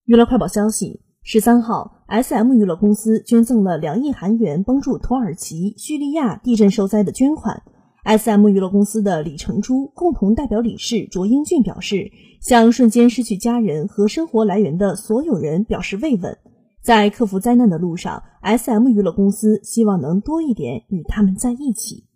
娱乐快报消息，13号 ，SM 娱乐公司捐赠了2亿韩元帮助土耳其、叙利亚地震受灾的捐款。SM 娱乐公司的李成洙共同代表理事卓英俊表示，向瞬间失去家人和生活来源的所有人表示慰问。在克服灾难的路上，SM 娱乐公司希望能多一点与他们在一起。